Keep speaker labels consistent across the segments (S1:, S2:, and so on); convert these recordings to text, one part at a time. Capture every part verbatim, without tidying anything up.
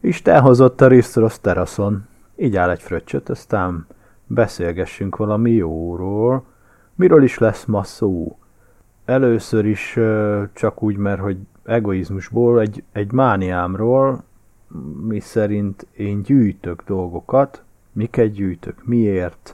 S1: Isten hozott a Risztrosz teraszon. Így áll egy fröccsöt, aztán beszélgessünk valami jóról. Miről is lesz ma szó? Először is csak úgy, mert hogy egoizmusból egy, egy mániámról, mi szerint én gyűjtök dolgokat, miket gyűjtök, miért,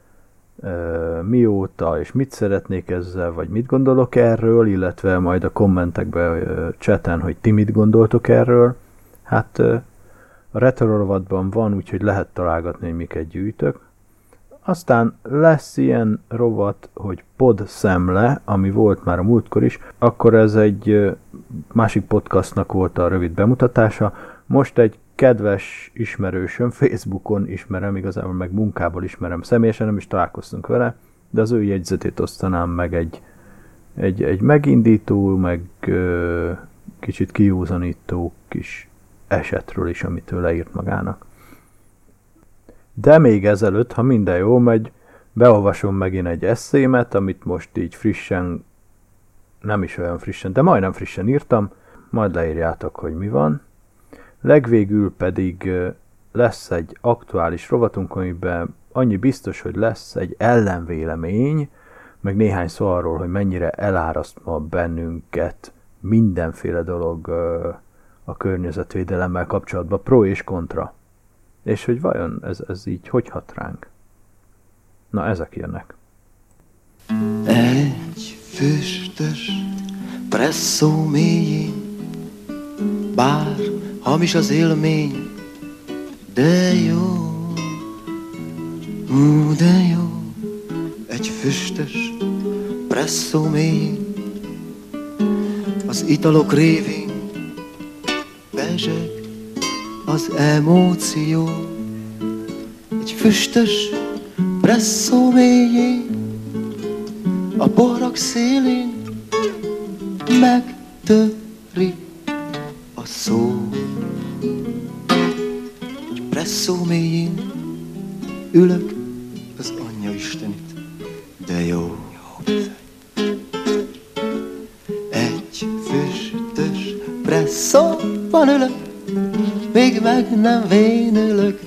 S1: mióta, és mit szeretnék ezzel, vagy mit gondolok erről, illetve majd a kommentekben, chaten, hogy ti mit gondoltok erről. Hát a retro rovatban van, úgyhogy lehet találgatni, hogy miket gyűjtök. Aztán lesz ilyen rovat, hogy pod szemle, ami volt már a múltkor is, akkor ez egy másik podcastnak volt a rövid bemutatása. Most egy kedves ismerősöm, Facebookon ismerem, igazából meg munkából ismerem személyesen, nem is találkoztunk vele, de az ő jegyzetét osztanám meg egy, egy, egy megindító, meg ö, kicsit kiúzanító kis esetről is, amit ő leírt magának. De még ezelőtt, ha minden jól megy, beolvasom megint egy eszémet, amit most így frissen, nem is olyan frissen, de majdnem frissen írtam, majd leírjátok, hogy mi van. Legvégül pedig lesz egy aktuális rovatunk, amiben annyi biztos, hogy lesz egy ellenvélemény, meg néhány szó arról, hogy mennyire eláraszt ma bennünket mindenféle dolog a környezetvédelemmel kapcsolatban, pro és kontra. És hogy vajon ez, ez így hogy hat ránk? Na, ezek jönnek.
S2: Egy füstös presszó mélyén, bár hamis az élmény, de jó, ú, de jó. Egy füstös presszó mélyén, az italok révén bezseg az emóció. Egy füstös presszó mélyén, a borak szélén megtöri a szó. Egy presszó mélyén ülök az anyja istenit, de jó. Egy füstös presszóban ülök, még meg nem vénülök.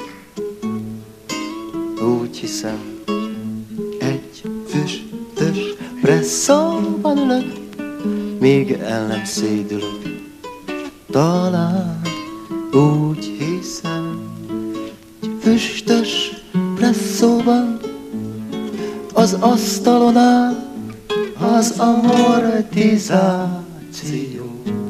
S2: Úgy hiszem, egy füstös presszóban ülök, még el nem szédülök. Talán úgy hiszem, egy füstös presszóban az asztalon áll az amortizáció.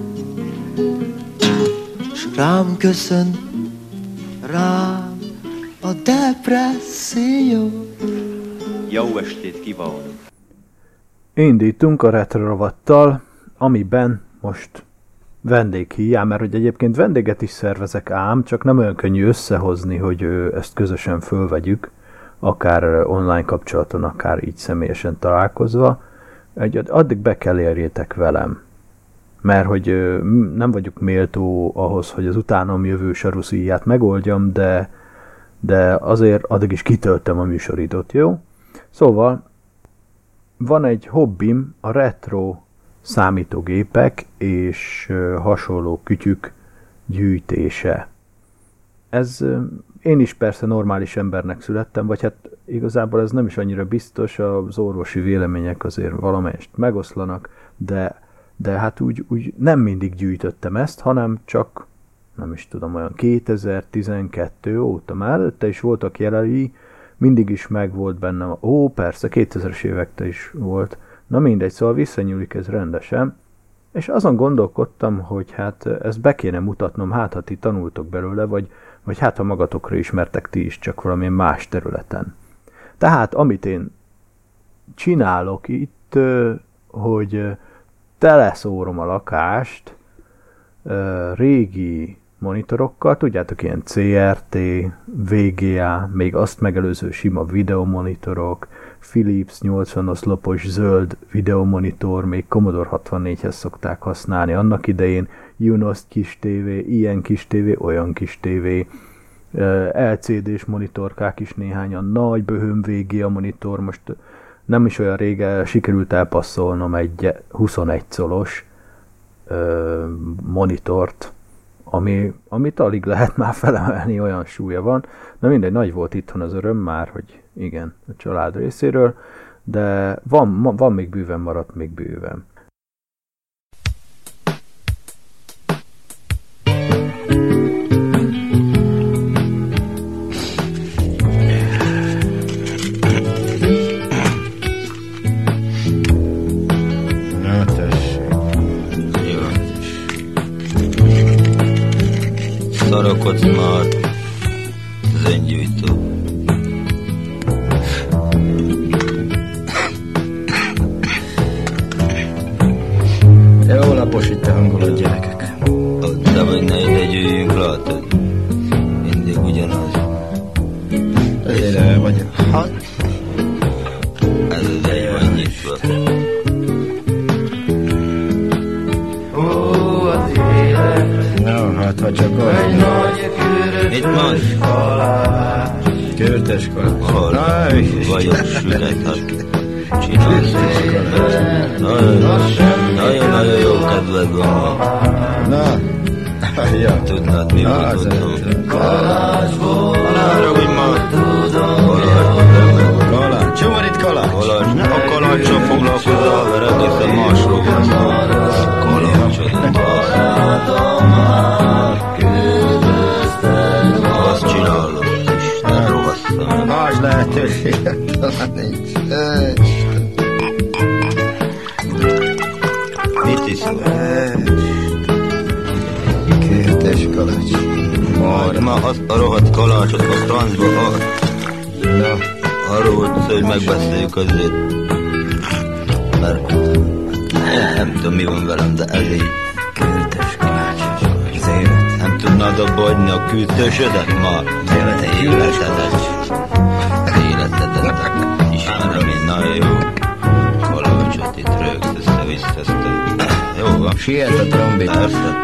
S2: S rám köszön, rám a depresszió.
S3: Jó estét kívánok!
S1: Indítunk a retro rovattal, amiben most vendég hiány, mert hogy egyébként vendéget is szervezek ám, csak nem olyan könnyű összehozni, hogy ezt közösen fölvegyük, akár online kapcsolaton, akár így személyesen találkozva. Addig be kell érjétek velem, mert hogy nem vagyok méltó ahhoz, hogy az utánam jövő saruszíját megoldjam, de, de azért addig is kitöltöm a műsoridót, jó? Szóval van egy hobbim, a retro számítógépek és hasonló kütyük gyűjtése. Ez, én is persze normális embernek születtem, vagy hát igazából ez nem is annyira biztos, az orvosi vélemények azért valamelyest megoszlanak, de, de hát úgy, úgy nem mindig gyűjtöttem ezt, hanem csak, nem is tudom, olyan kétezer-tizenkettő óta már előtte is voltak jelei, mindig is megvolt bennem, ó persze, kétezres évekte is volt, na mindegy, szóval visszanyúlik ez rendesen, és azon gondolkodtam, hogy hát ezt be kéne mutatnom, hát ha ti tanultok belőle, vagy, vagy hát ha magatokra ismertek ti is, csak valamilyen más területen. Tehát amit én csinálok itt, hogy teleszórom a lakást régi monitorokkal, tudjátok, ilyen cé er té, vé gé á, még azt megelőző sima videomonitorok, Philips nyolcvan oszlopos zöld videomonitor, még Commodore hatvannégyhez szokták használni annak idején, Junos kis tévé, ilyen kis tévé, olyan kis tévé, el cé dés monitorkák is néhányan, nagy böhöm vé gé á monitor, most nem is olyan régen sikerült elpasszolnom egy huszonegy colos monitort, ami, amit alig lehet már felemelni, olyan súlya van. Na mindegy, nagy volt itthon az öröm már, hogy igen, a család részéről, de van, van még bőven, maradt még bőven.
S4: Szarakodsz már, zönggyújtó.
S5: Jó lapos itt a hangulat, gyerekek.
S4: De vagy ne ide gyűjjünk, látod? Mindig ugyanaz.
S5: Ide vagyok.
S4: Hát? Ez az egy van nyitva.
S5: No, hát ha csak az.
S4: Mit mond?
S5: Kürtös kalács.
S4: Hol? Vagyok sület, hát csinálsz. Nagyon-nagyon jó kedved van ma.
S5: Na, ja.
S4: Tudnád, mi van tudom. Arra, hogy ma
S5: Kalács, jó van itt kalács?
S4: kalács. A kaláccsal foglalkozol, mert egészen másról van szó. Kalácsod. Azt csinálod, Isten rohasszam.
S5: Más lehetőség, talán nincs.
S4: Mit iszol?
S5: Kürtös kalács.
S4: Majd ma azt a rohadt kalácsot a francba ad.
S5: Na,
S4: Arról volt szó, hogy megbeszéljük azért. Mert nem tudom, mi van velem, de ez így.
S5: kürtös kalács. Az élet.
S4: Nem tudnád abba hagyni a küldősödet ma?
S5: Életed,
S4: Életedet. Életedet. Ismerem én, nagyon jó. Kalácsot itt rögsz, össze-visszasztod. Jó van.
S5: Siet a trombit.
S4: Persze.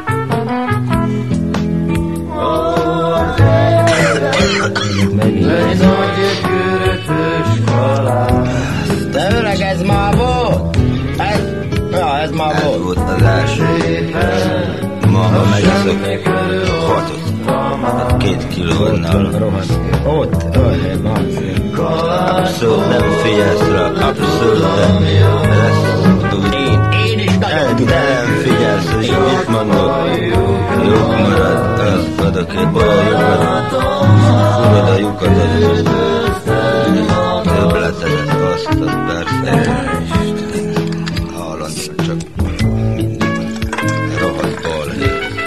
S5: De öreg, ez már volt? Ez, ja, ez már
S4: Ez
S5: volt.
S4: volt az első. Ma, ha megiszok hatot. Hát két kiló van nálam.
S5: Rohadt. Ott, olyan, van.
S4: Abszolút nem figyelsz rá, abszolút nem. Lesz,
S5: Én, én is nagyon tudom.
S4: nem figyelsz, és mit mondok? Jók marad, azt adok egy olyan lyukat. Furod a lyukat, az többletedet azt ad, persze. Hallani, csak mindig rohadt balhé.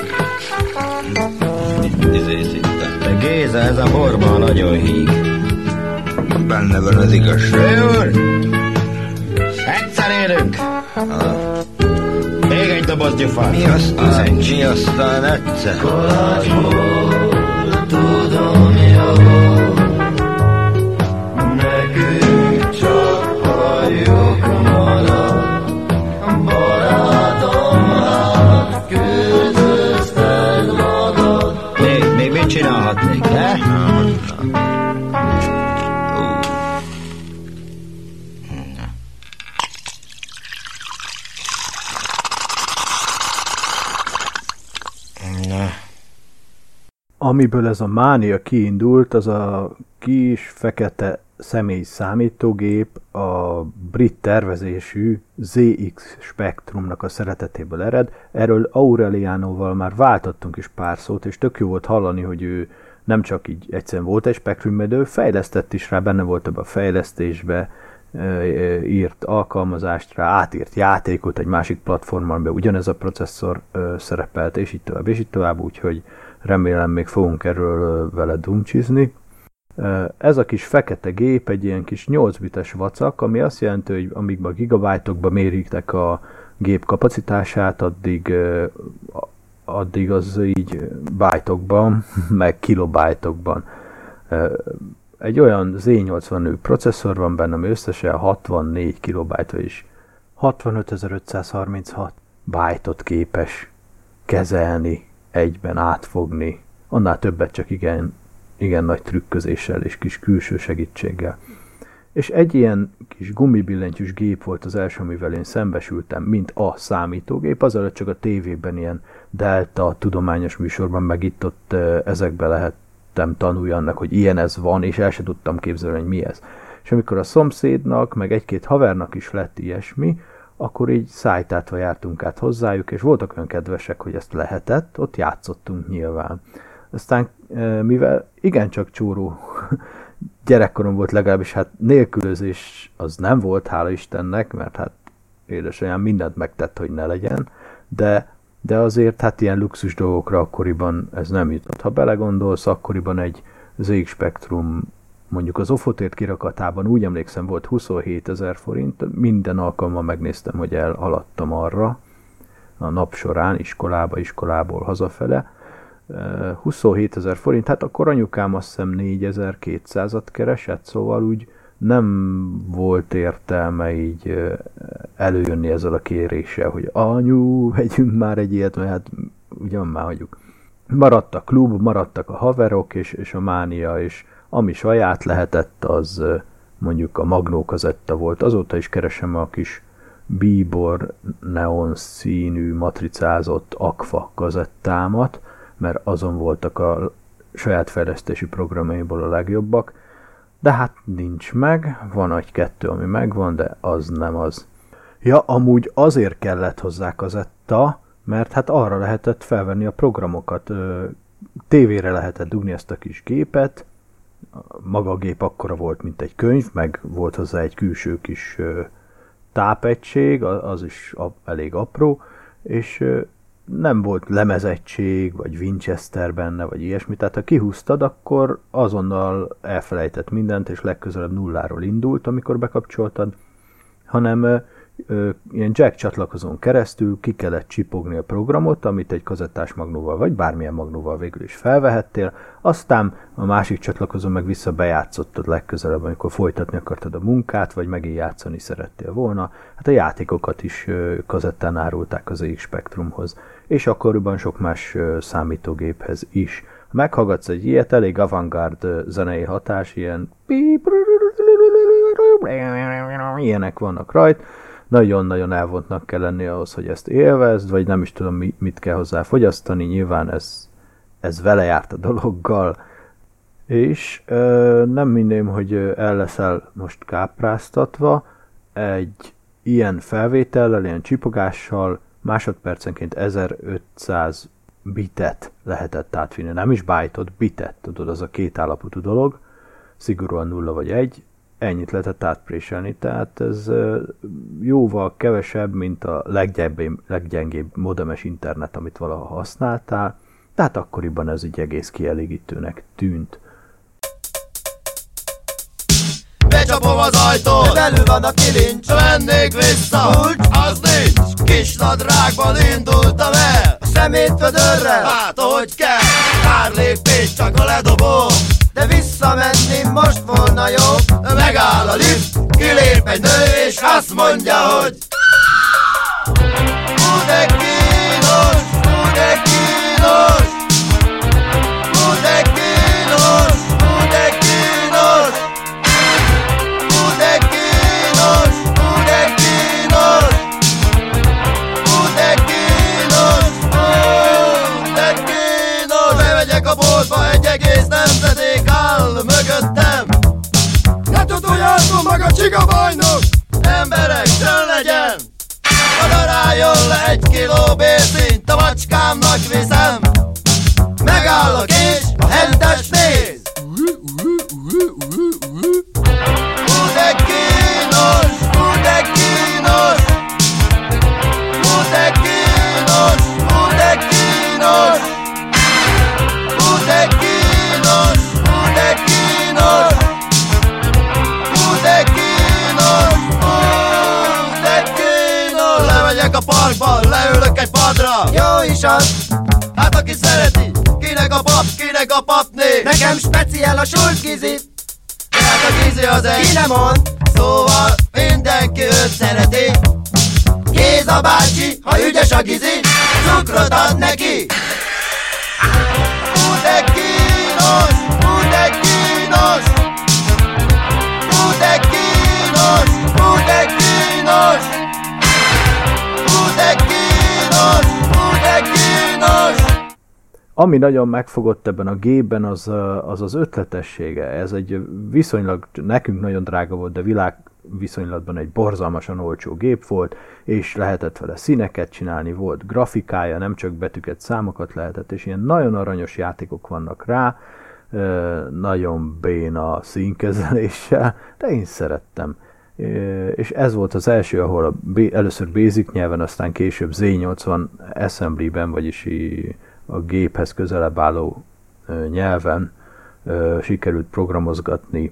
S4: Izész itt.
S5: De Géza, ez a borban nagyon híg.
S4: Benne van az igazság.
S5: Úr! Egyszer élünk! Még egy doboz gyufát.
S4: Mi aztán, mi aztán egyszer?
S5: Még, még mit csinálhatnék, ne? Na.
S1: Amiből ez a mánia kiindult, az a kis fekete személy számítógép a brit tervezésű zé iksz Spectrumnak a szeretetéből ered. Erről Aurelianoval már váltottunk is pár szót, és tök jó volt hallani, hogy ő nem csak így egyszerűen volt egy Spectrum, de ő fejlesztett is rá, benne volt ebbe a fejlesztésbe, írt alkalmazást rá, átírt játékot egy másik platformon, be ugyanez a processzor szerepelt, és így tovább, és így tovább, úgyhogy remélem még fogunk erről vele dumcsizni. Ez a kis fekete gép egy ilyen kis nyolc bites vacak, ami azt jelenti, hogy amíg a gigabájtokba méritek a gép kapacitását, addig, addig az így bájtokban, meg kilobájtokban. Egy olyan zé nyolcvan processzor van benne, ami összesen hatvannégy kilobájt, vagyis hatvanötezer-ötszázharminchat bájtot képes kezelni, egyben átfogni. Annál többet csak igen, igen nagy trükközéssel és kis külső segítséggel. És egy ilyen kis gumibillentyűs gép volt az első, amivel én szembesültem, mint a számítógép, azelőtt csak a tévében ilyen Delta tudományos műsorban, meg itt-ott ezekbe lehettem tanulni annak, hogy ilyen ez van, és el sem tudtam képzelni, hogy mi ez. És amikor a szomszédnak, meg egy-két havernak is lett ilyesmi, akkor így szájtátva jártunk át hozzájuk, és voltak olyan kedvesek, hogy ezt lehetett, ott játszottunk nyilván. Aztán, mivel igencsak csóró gyerekkorom volt, legalábbis hát nélkülözés az nem volt, hála Istennek, mert hát édesanyám mindent megtett, hogy ne legyen, de, de azért hát ilyen luxus dolgokra akkoriban ez nem jutott. Ha belegondolsz, akkoriban egy zé iksz Spectrum mondjuk az Ofotért kirakatában úgy emlékszem volt huszonhétezer forint, minden alkalommal megnéztem, hogy elhaladtam arra a nap során, iskolába, iskolából hazafele. huszonhétezer forint, hát akkor anyukám azt hiszem négyezer-kétszázat keresett, szóval úgy nem volt értelme így előjönni ezzel a kéréssel, hogy anyu, vegyünk már egy ilyet, mert hát ugyan már hagyjuk. Maradt a klub, maradtak a haverok, és, és a mánia, és ami saját lehetett, az mondjuk a Magnó kazetta volt. Azóta is keresem a kis bíbor neon színű matricázott Aqua kazettámat, mert azon voltak a saját fejlesztési programjaiból a legjobbak, de hát nincs meg, van egy-kettő, ami megvan, de az nem az. Ja, amúgy azért kellett hozzá kazetta, mert hát arra lehetett felvenni a programokat, tévére lehetett dugni ezt a kis gépet, maga a gép akkora volt, mint egy könyv, meg volt hozzá egy külső kis tápegység, az is elég apró, és nem volt lemezegység, vagy Winchester benne, vagy ilyesmi, tehát ha kihúztad, akkor azonnal elfelejtett mindent, és legközelebb nulláról indult, amikor bekapcsoltad, hanem ö, ö, ilyen jack csatlakozón keresztül ki kellett csipogni a programot, amit egy kazettás magnóval, vagy bármilyen magnóval végül is felvehettél, aztán a másik csatlakozón meg vissza bejátszottad legközelebb, amikor folytatni akartad a munkát, vagy megint játszani szerettél volna. Hát a játékokat is ö, kazettán árulták az zé iksz Spectrumhoz, és akkoriban sok más ö, számítógéphez is. Ha meghallgatsz egy ilyet, elég avantgárd zenei hatás, ilyen ilyenek vannak rajta, nagyon-nagyon elvontnak kell lenni ahhoz, hogy ezt élvezd, vagy nem is tudom, mit kell hozzá fogyasztani, nyilván ez, ez vele járt a dologgal, és ö, nem minném, hogy el leszel most kápráztatva, egy ilyen felvétellel, ilyen csipogással másodpercenként ezerötszáz bitet lehetett átvinni, nem is byte-ot, bitet, tudod, az a két állapotú dolog, szigorúan nulla vagy egy, ennyit lehetett átpréselni, tehát ez jóval kevesebb, mint a leggyengébb, leggyengébb modemes internet, amit valaha használtál, tehát akkoriban ez így egész kielégítőnek tűnt.
S6: Becsapom az ajtót, belül van a kilincs, vennék vissza, kulcs, az nincs. Kis nadrágban indultam el, szemétvödörrel, hát ahogy kell, pár lépés csak a ledobó, de visszamenni most volna jó. Megáll a lift, kilép egy nő, és azt mondja, hogy hú de kínos, hú de kínos, hú de kínos, hú de kínos, hú de kínos, hú de kínos, hú de kínos, hú de kínos. Bemegyek a boltba, egy egész nemzedék áll mögöttem. Ne tuduljátok meg a csigabajnok! Emberek, csönd legyen! Oda rájön le egy kiló bérszint, a macskámnak viszem. Megállok és a hentes néz. Hú de kínos, hú de kínos, hú de kínos, hú de kínos, hú de kínos, hú de kínos, hú de kínos, hú de kínos. Lemegyek a parkba, leülök egy padra. Jó is az, hát aki szereti, kinek a pap, kinek a papné. Nekem speciál a Schulz Gizi, de hát a Gizi az egy, ki nem mond, szóval mindenki őt szereti. Géza bácsi, ha ügyes a Gizi, cukrot ad neki. Hú de kínos, hú de kínos, hú de kínos, hú de kínos, hú de kínos, hú de kínos.
S1: Ami nagyon megfogott ebben a gépben, az az, az ötletessége. Ez egy viszonylag, nekünk nagyon drága volt, de világ viszonylatban egy borzalmasan olcsó gép volt, és lehetett vele színeket csinálni, volt grafikája, nem csak betűket, számokat lehetett, és ilyen nagyon aranyos játékok vannak rá, nagyon béna színkezeléssel, de én szerettem. És ez volt az első, ahol a, először Basic nyelven, aztán később zé nyolcvan Assembly-ben, vagyis a géphez közelebb álló nyelven sikerült programozgatni.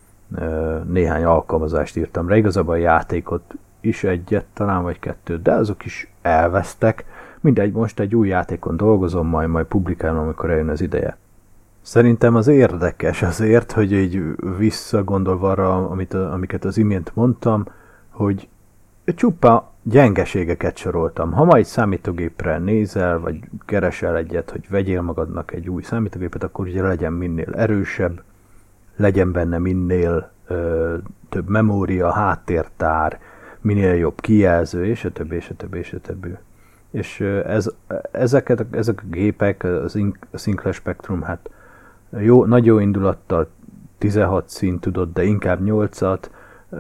S1: Néhány alkalmazást írtam rá, igazából a játékot is egyet, talán vagy kettőt, de azok is elvesztek. Mindegy, most egy új játékon dolgozom, majd majd publikálom, amikor eljön az ideje. Szerintem az érdekes azért, hogy így visszagondolva arra, amit, amiket az imént mondtam, hogy csupa gyengeségeket soroltam. Ha ma egy számítógépre nézel, vagy keresel egyet, hogy vegyél magadnak egy új számítógépet, akkor ugye legyen minél erősebb, legyen benne minél ö, több memória, háttértár, minél jobb kijelző, és a többi, és a többi, és a többi. És ez, ezeket, ezek a gépek, az Sinclair Spectrum, hát jó, nagy jó indulattal tizenhat színt tudott, de inkább nyolcat,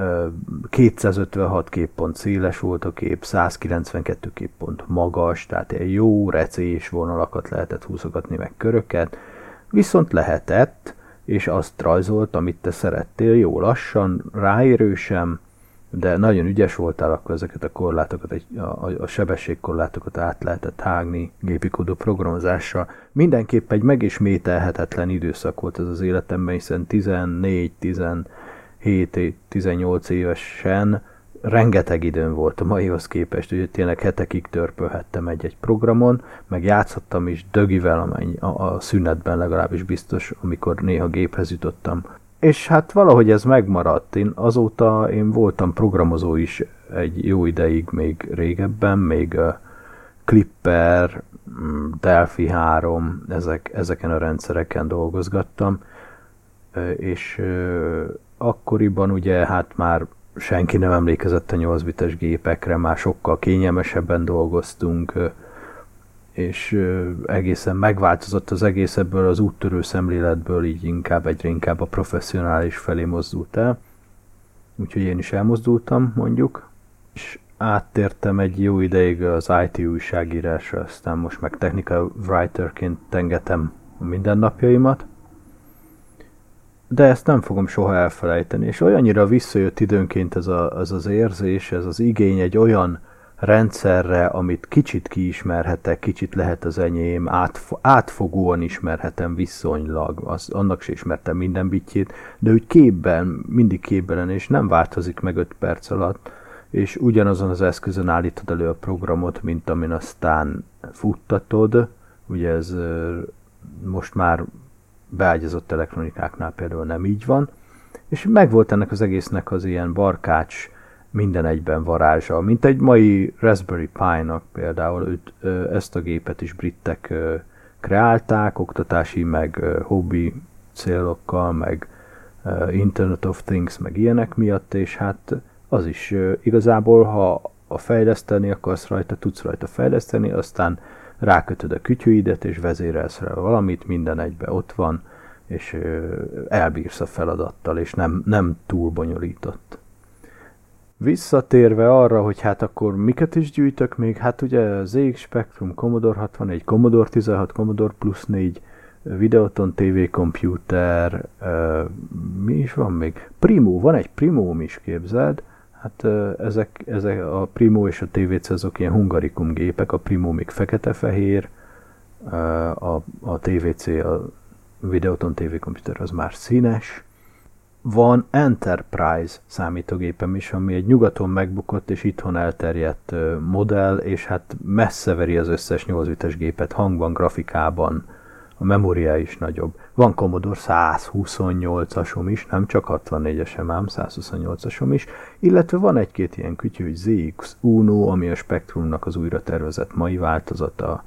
S1: kétszázötvenhat képpont széles volt a kép, százkilencvenkettő képpont magas, tehát egy jó recés vonalakat lehetett húzogatni, meg köröket, viszont lehetett, és azt rajzolt, amit te szerettél, jó lassan, ráérősen, de nagyon ügyes voltál, akkor ezeket a korlátokat, a, a, a sebességkorlátokat át lehetett hágni gépi kódú programozással. Mindenképp egy megismételhetetlen időszak volt ez az életemben, hiszen tizennégy, tizenhét, tizennyolc évesen rengeteg időm volt a maihoz képest, ugye tényleg hetekig törpölhettem egy-egy programon, meg játszottam is dögivel, amennyi a, a szünetben legalábbis biztos, amikor néha géphez jutottam. És hát valahogy ez megmaradt. Én azóta én voltam programozó is egy jó ideig, még régebben, még uh, Clipper, Delphi három, ezek, ezeken a rendszereken dolgozgattam, uh, és uh, akkoriban ugye hát már senki nem emlékezett a nyolc bites gépekre, már sokkal kényelmesebben dolgoztunk, uh, és uh, egészen megváltozott az egész, ebből az úttörő szemléletből így inkább egyre inkább a professzionális felé mozdult el. Úgyhogy én is elmozdultam, mondjuk, és áttértem egy jó ideig az i té újságírásra, aztán most meg technical writerként tengetem a mindennapjaimat. De ezt nem fogom soha elfelejteni, és olyannyira visszajött időnként ez a, az az érzés, ez az igény egy olyan rendszerre, amit kicsit kiismerhetek, kicsit lehet az enyém, átf- átfogóan ismerhetem viszonylag, az, annak se ismertem minden bitjét, de úgy képben, mindig képben lenni, és nem változik meg öt perc alatt, és ugyanazon az eszközön állítod elő a programot, mint amin aztán futtatod, ugye ez most már beágyazott elektronikáknál például nem így van, és megvolt ennek az egésznek az ilyen barkács, minden egyben varázsa, mint egy mai Raspberry Pi-nak például, őt, ezt a gépet is britek kreálták, oktatási, meg hobbi célokkal, meg Internet of Things, meg ilyenek miatt, és hát az is igazából, ha a fejleszteni akarsz rajta, tudsz rajta fejleszteni, aztán rákötöd a kütyüidet, és vezérelsz rá valamit, minden egyben ott van, és elbírsz a feladattal, és nem, nem túl bonyolított. Visszatérve arra, hogy hát akkor miket is gyűjtök még, hát ugye zé iksz Spectrum, Commodore hatvanegy, Commodore tizenhat, Commodore plusz négy, Videoton té vé komputer, uh, mi is van még? Primo, van egy Primóm is, képzeld. Hát uh, ezek, ezek a Primo és a té vé cé azok ilyen hungarikum gépek, a Primo még fekete-fehér, uh, a, a té vé cé, a Videoton té vé komputer az már színes. Van Enterprise számítógépem is, ami egy nyugaton megbukott és itthon elterjedt modell, és hát messze veri az összes nyolc bites gépet hangban, grafikában, a memória is nagyobb. Van Commodore százhuszonnyolcasom is, nem csak hatvannégyesem, ám százhuszonnyolcasom is, illetve van egy-két ilyen kütyű, hogy zé iksz Uno, ami a Spectrumnak az újra tervezett mai változata,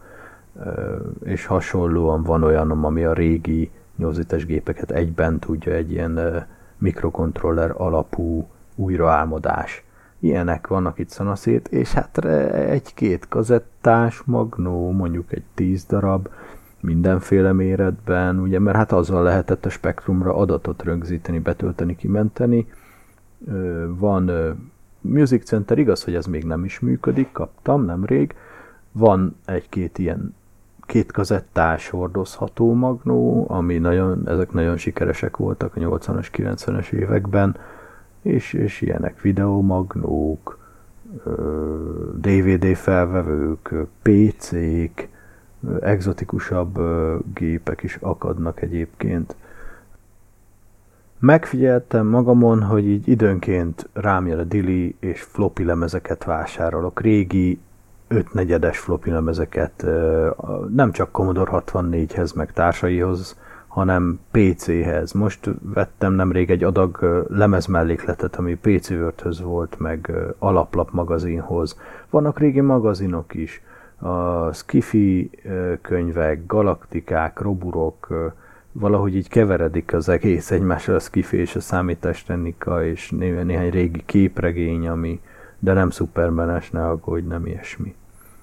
S1: és hasonlóan van olyanom, ami a régi nyolc bites gépeket egyben tudja, egy ilyen mikrokontroller alapú újraálmodás. Ilyenek vannak itt szanaszét, és hát egy-két kazettás magnó, mondjuk egy tíz darab, mindenféle méretben, ugye, mert hát azzal lehetett a spektrumra adatot rögzíteni, betölteni, kimenteni. Van Music Center, igaz, hogy ez még nem is működik, kaptam nemrég. Van egy-két ilyen két kazettás hordozható magnó, ami nagyon, ezek nagyon sikeresek voltak a nyolcvanas, kilencvenes években, és, és ilyenek videómagnók, dé vé dé felvevők, pé cék, egzotikusabb gépek is akadnak egyébként. Megfigyeltem magamon, hogy így időnként rám jön a dili, és floppy lemezeket vásárolok. Régi ötnegyedes floppy lemezeket, nem csak Commodore hatvannégyhez, meg társaihoz, hanem pé céhez. Most vettem nemrég egy adag lemezmellékletet, ami pé cé Wordhöz volt, meg alaplap magazinhoz. Vannak régi magazinok is. A Skiffy könyvek, galaktikák, roburok, valahogy így keveredik az egész egymással, a Skiffy és a számítástechnika, és néhány régi képregény, ami, de nem szupermenes, ne aggódj, nem ilyesmi.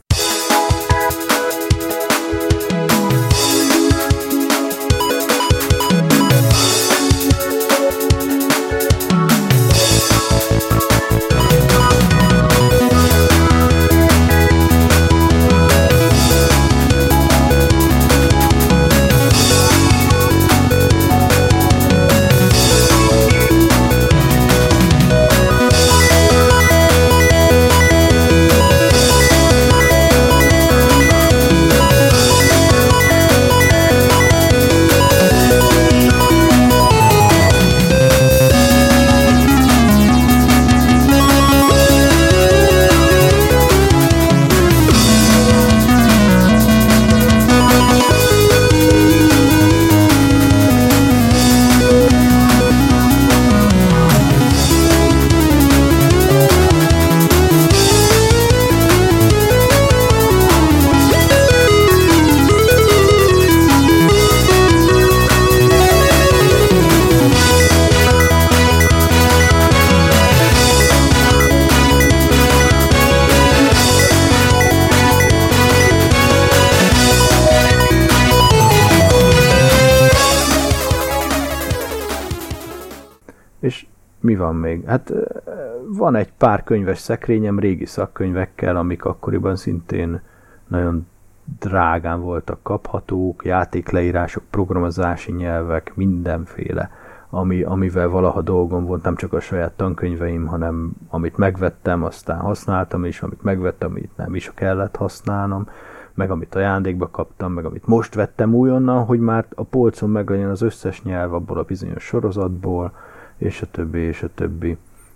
S1: És mi van még? Hát van egy pár könyves szekrényem régi szakkönyvekkel, amik akkoriban szintén nagyon drágán voltak kaphatók, játékleírások, programozási nyelvek, mindenféle, ami, amivel valaha dolgom volt, nem csak a saját tankönyveim, hanem amit megvettem, aztán használtam is, amit megvettem, amit nem is kellett használnom, meg amit ajándékba kaptam, meg amit most vettem újonnan, hogy már a polcon meglegyen az összes nyelv abból a bizonyos sorozatból, és a többi, és a többi.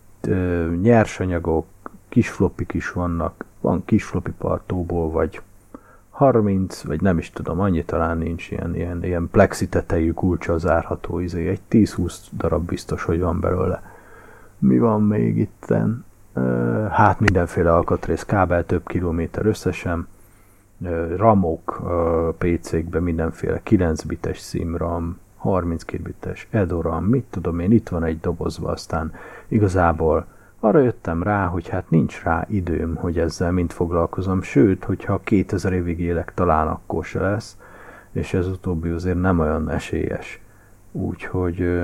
S1: Nyersanyagok, kis flopik is vannak, van kis floppy partóból, vagy harminc, vagy nem is tudom, annyi talán nincs ilyen, ilyen, ilyen plexi tetejű kulccsal zárható izé, egy tíz-húsz darab biztos, hogy van belőle. Mi van még itten? Hát mindenféle alkatrész, kábel több kilométer összesen, ramok pé cékben, mindenféle kilenc bites SIM-ram, harminckét bites Edoram, mit tudom én, itt van egy dobozba, aztán igazából arra jöttem rá, hogy hát nincs rá időm, hogy ezzel mind foglalkozom, sőt, hogyha kétezer évig élek, talán akkor se lesz, és ez utóbbi azért nem olyan esélyes. Úgyhogy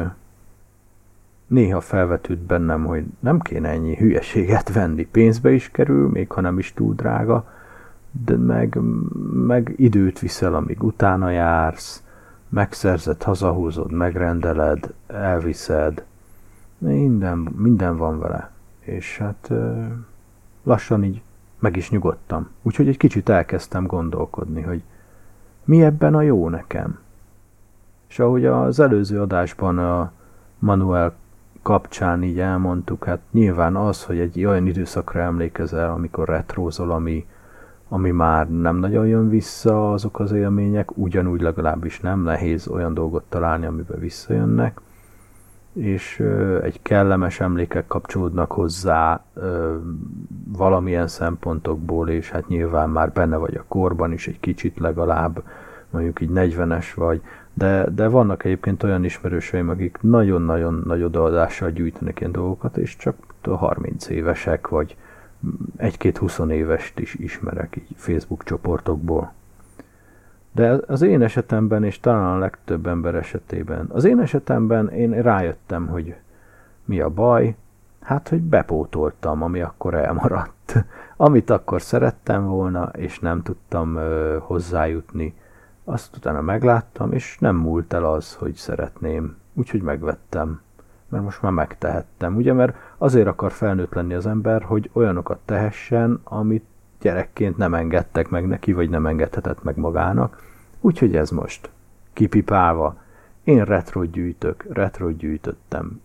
S1: néha felvetült bennem, hogy nem kéne ennyi hülyeséget venni, pénzbe is kerül, még ha nem is túl drága, de meg, meg időt viszel, amíg utána jársz, megszerzed, hazahúzod, megrendeled, elviszed, minden, minden van vele. És hát lassan így meg is nyugodtam. Úgyhogy egy kicsit elkezdtem gondolkodni, hogy mi ebben a jó nekem. És ahogy az előző adásban a Manuel kapcsán így elmondtuk, hát nyilván az, hogy egy olyan időszakra emlékezel, amikor retrózol, ami ami már nem nagyon jön vissza, azok az élmények, ugyanúgy legalábbis nem nehéz olyan dolgot találni, amiben visszajönnek, és ö, egy kellemes emlékek kapcsolódnak hozzá ö, valamilyen szempontokból, és hát nyilván már benne vagy a korban is egy kicsit legalább, mondjuk így negyvenes vagy, de, de vannak egyébként olyan ismerőseim, akik nagyon-nagyon nagy odaadással gyűjtenek ilyen dolgokat, és csak harminc évesek, vagy egy-két huszonévest is ismerek így Facebook csoportokból. De az én esetemben, és talán a legtöbb ember esetében, az én esetemben én rájöttem, hogy mi a baj, hát, hogy bepótoltam, ami akkor elmaradt. Amit akkor szerettem volna, és nem tudtam ö, hozzájutni, azt utána megláttam, és nem múlt el az, hogy szeretném. Úgyhogy megvettem, mert most már megtehettem. Ugye, mert azért akar felnőtt lenni az ember, hogy olyanokat tehessen, amit gyerekként nem engedtek meg neki, vagy nem engedhetett meg magának. Úgyhogy ez most. Kipipálva. Én retrót gyűjtök, retrót gyűjtöttem.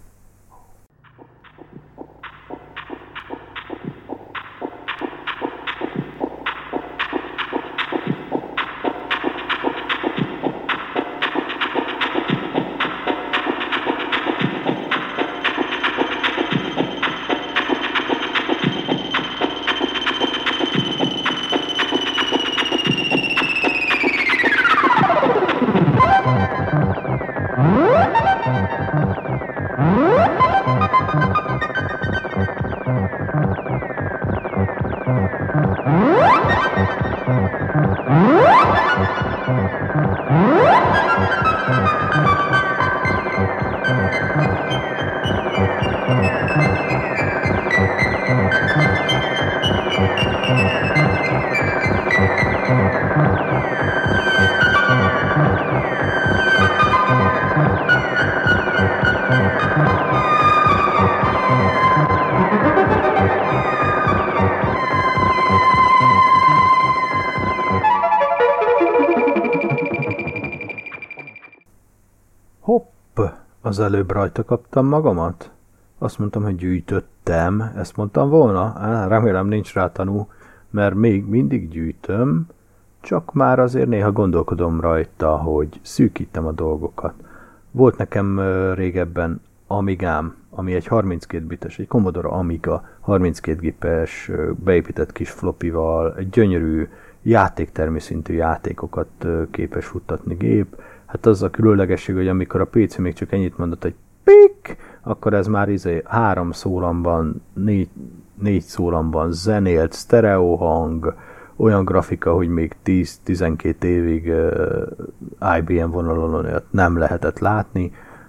S1: Hopp, az előbb rajta kaptam magamat? Azt mondtam, hogy gyűjtöttem, ezt mondtam volna? Á, remélem nincs rá tanú, mert még mindig gyűjtöm, csak már azért néha gondolkodom rajta, hogy szűkítem a dolgokat. Volt nekem régebben Amigám, ami egy harminckét bites, egy Commodore Amiga harminckét gépes, beépített kis flopival, egy gyönyörű játéktermi szintű játékokat képes futtatni gép. Hát az a különlegesség, hogy amikor a pé cé még csak ennyit mondott, hogy pik, akkor ez már izé három szólamban, négy, négy szólamban zenélt, sztereó hang, olyan grafika, hogy még tíz-tizenkét évig uh, I B M vonalon nem lehetett látni,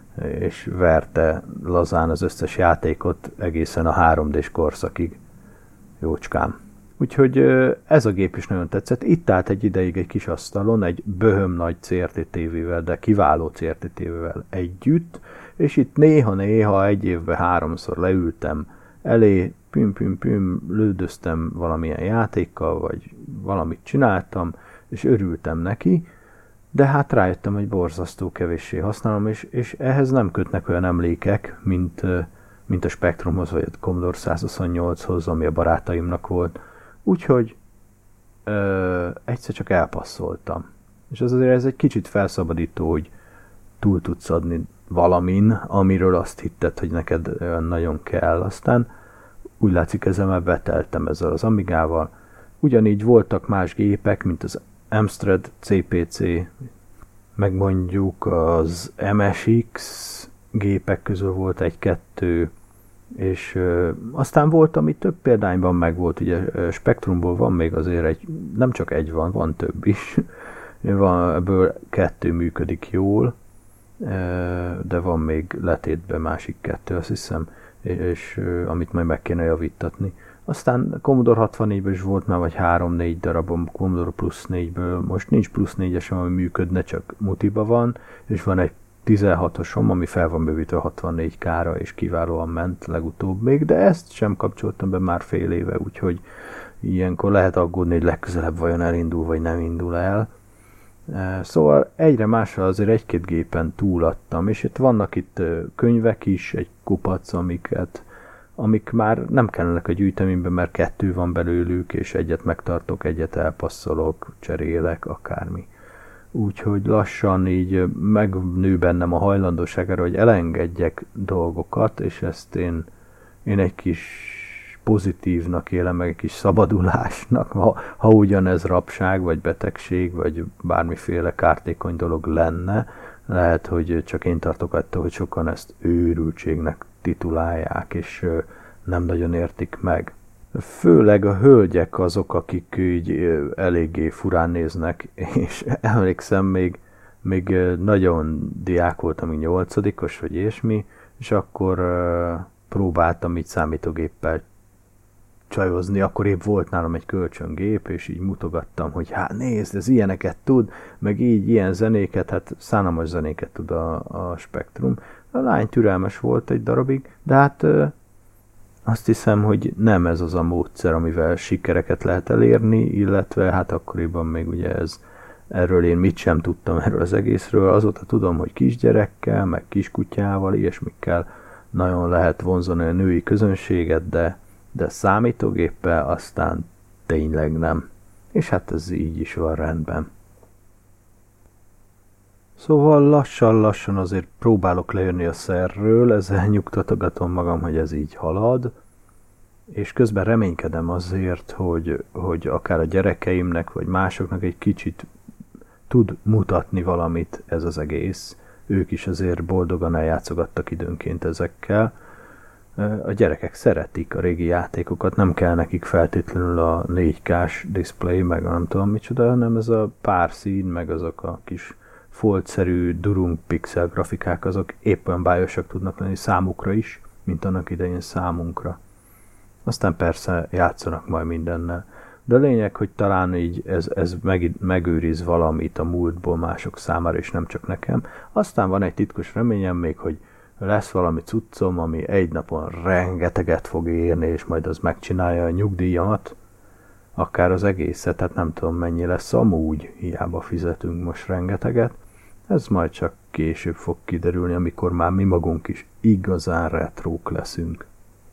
S1: és verte lazán az összes játékot egészen a három dés korszakig. Jócskám. Úgyhogy ez a gép is nagyon tetszett. Itt állt egy ideig egy kis asztalon, egy böhöm nagy cé er té tévével, de kiváló cé er té tévével együtt, és itt néha-néha egy évben háromszor leültem elé, püm-püm-püm, lődöztem valamilyen játékkal, vagy valamit csináltam, és örültem neki, de hát rájöttem, hogy borzasztó kevéssé használom, és, és ehhez nem kötnek olyan emlékek, mint, mint a Spectrumhoz, vagy a Commodore százhuszonnyolchoz, ami a barátaimnak volt. Úgyhogy ö, egyszer csak elpasszoltam. És az azért ez egy kicsit felszabadító, hogy túl tudsz adni valamin, amiről azt hitted, hogy neked olyan nagyon kell. Aztán úgy látszik, ezzel már beteltem ezzel az Amigával. Ugyanígy voltak más gépek, mint az Amstrad cé pé cé, meg mondjuk az em es iksz gépek közül volt egy-kettő, és ö, aztán volt, ami több példányban meg volt, ugye Spectrumból van még azért egy, nem csak egy van, van több is, van, ebből kettő működik jól, de van még letétben másik kettő, azt hiszem, és, és amit majd meg kéne javítatni. Aztán Commodore hatvannégyből is volt már vagy három-négy darabom, Commodore plusz négyből, most nincs plusz négyesem, ami működne, csak mutiba van, és van egy tizenhatosom, ami fel van bővítve hatvannégy ká-ra, és kiválóan ment legutóbb még, de ezt sem kapcsoltam be már fél éve, úgyhogy ilyenkor lehet aggódni, hogy legközelebb vajon elindul, vagy nem indul el. Szóval egyre másra azért egy-két gépen túladtam, és itt vannak itt könyvek is, egy kupac, amiket, amik már nem kellenek a gyűjteményben, mert kettő van belőlük, és egyet megtartok, egyet elpasszolok, cserélek, akármi. Úgyhogy lassan így megnő bennem a hajlandóság arra, hogy elengedjek dolgokat, és ezt én, én egy kis pozitívnak élem, meg egy kis szabadulásnak, ha, ha ugyanez rabság, vagy betegség, vagy bármiféle kártékony dolog lenne, lehet, hogy csak én tartok attól, hogy sokan ezt őrültségnek titulálják, és nem nagyon értik meg. Főleg a hölgyek azok, akik így eléggé furán néznek, és emlékszem, még, még nagyon diák voltam, még nyolcadikos, vagy ilyesmi, és akkor uh, próbáltam így számítógéppel csajozni, akkor épp volt nálam egy kölcsöngép, és így mutogattam, hogy hát nézd, ez ilyeneket tud, meg így ilyen zenéket, hát szánalmas zenéket tud a, a Spektrum. A lány türelmes volt egy darabig, de hát uh, azt hiszem, hogy nem ez az a módszer, amivel sikereket lehet elérni, illetve hát akkoriban még ugye ez, erről én mit sem tudtam erről az egészről. Azóta tudom, hogy kisgyerekkel, meg kiskutyával, ilyesmikkel nagyon lehet vonzani a női közönséget, de, de számítógéppel aztán tényleg nem. És hát ez így is van rendben. Szóval lassan-lassan azért próbálok lejönni a szerről, ezzel nyugtatogatom magam, hogy ez így halad, és közben reménykedem azért, hogy, hogy akár a gyerekeimnek, vagy másoknak egy kicsit tud mutatni valamit ez az egész. Ők is azért boldogan eljátszogattak időnként ezekkel. A gyerekek szeretik a régi játékokat, nem kell nekik feltétlenül a négy kás display, meg nem tudom micsoda, hanem ez a pár szín, meg azok a kis foltszerű, durung pixel grafikák, azok éppen bájosak tudnak lenni számukra is, mint annak idején számunkra. Aztán persze játszanak majd mindennel. De a lényeg, hogy talán így ez, ez meg, megőriz valamit a múltból mások számára, és nem csak nekem. Aztán van egy titkos reményem még, hogy lesz valami cuccom, ami egy napon rengeteget fog érni, és majd az megcsinálja a nyugdíjamat, akár az egészet, tehát nem tudom mennyi lesz amúgy, hiába fizetünk most rengeteget. Ez majd csak később fog kiderülni, amikor már mi magunk is igazán retrók leszünk.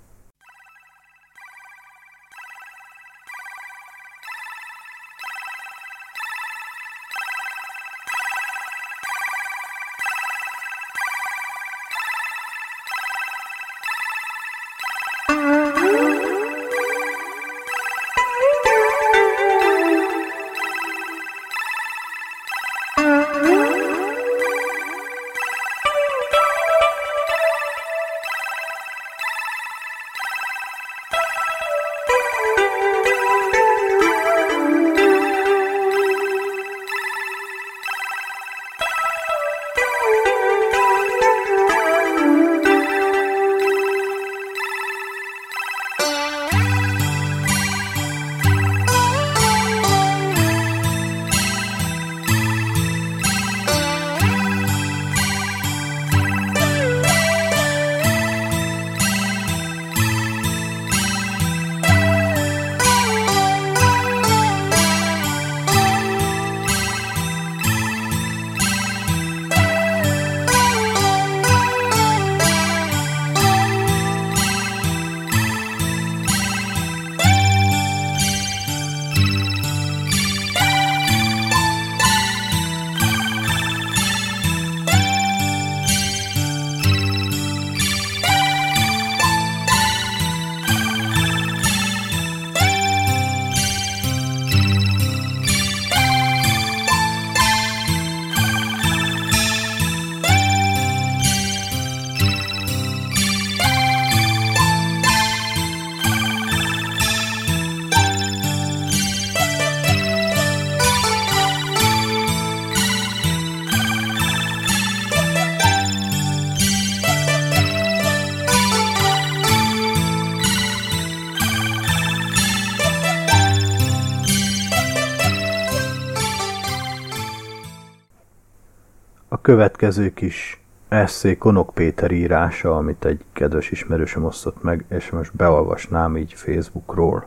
S1: Következő kis esszé Konok Péter írása, amit egy kedves ismerősöm osztott meg, és most beolvasnám így Facebookról.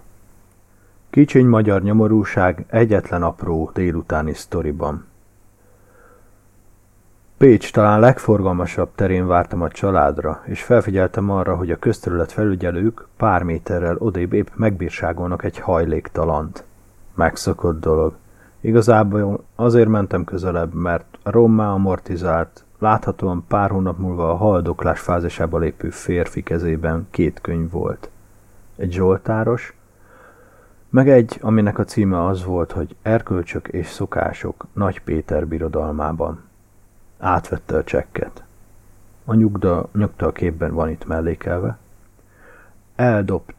S1: Kicsiny magyar nyomorúság egyetlen apró délutáni sztoriban. Pécs talán legforgalmasabb terén vártam a családra, és felfigyeltem arra, hogy a közterület felügyelők pár méterrel odébb épp megbírságolnak egy hajléktalant. Megszokott dolog. Igazából azért mentem közelebb, mert a rommá amortizált, láthatóan pár hónap múlva a haldoklás fázisába lépő férfi kezében két könyv volt. Egy zsoltáros, meg egy, aminek a címe az volt, hogy Erkölcsök és szokások Nagy Péter birodalmában. Átvette a csekket. A nyugda, nyugta a képben van itt mellékelve. Eldobta,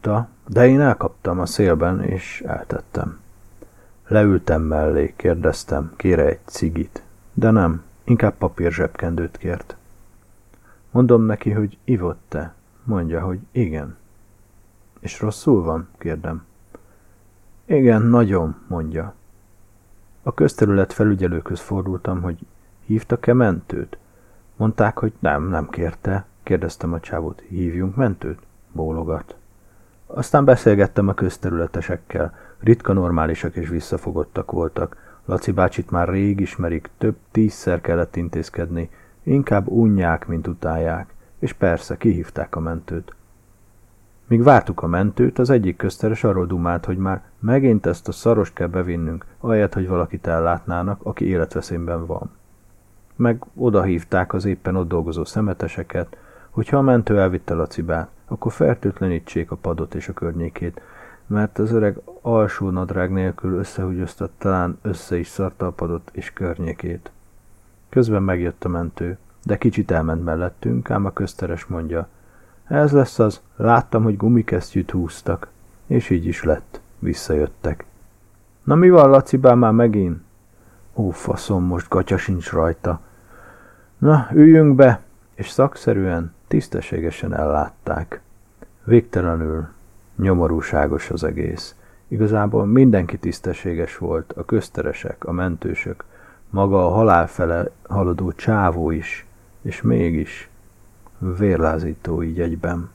S1: De én elkaptam a szélben, és eltettem. Leültem mellé, kérdeztem, kére egy cigit, de nem, inkább papír zsebkendőt kért. Mondom neki, hogy ivott-e? Mondja, hogy igen. És rosszul van? Kérdem. Igen, nagyon, mondja. A közterület felügyelőkhöz fordultam, hogy hívtak-e mentőt? Mondták, hogy nem, nem kérte. Kérdeztem a csávót, hívjunk mentőt? Bólogat. Aztán beszélgettem a közterületesekkel, ritka normálisak és visszafogottak voltak. Laci bácsit már rég ismerik, több tízszer kellett intézkedni, inkább unják, mint utálják, és persze kihívták a mentőt. Míg vártuk a mentőt, az egyik közteres arról dumált, hogy már megint ezt a szarost kell bevinnünk, ahelyett, hogy valakit ellátnának, aki életveszélyben van. Meg odahívták az éppen ott dolgozó szemeteseket, hogyha a mentő elvitte Lacibát, akkor fertőtlenítsék a padot és a környékét, mert az öreg alsó nadrág nélkül összehúgyoztat, talán össze is szarta a padot és környékét. Közben megjött a mentő, de kicsit elment mellettünk, ám a közteres mondja, ez lesz az, láttam, hogy gumikesztyűt húztak, és így is lett, visszajöttek. Na mi van, Lacibán, már megint? Ó, faszom, most gatya sincs rajta. Na, üljünk be, és szakszerűen, tisztességesen ellátták. Végtelenül nyomorúságos az egész. Igazából mindenki tisztességes volt, a közteresek, a mentősök, maga a halál fele haladó csávó is, és mégis vérlázító így egyben.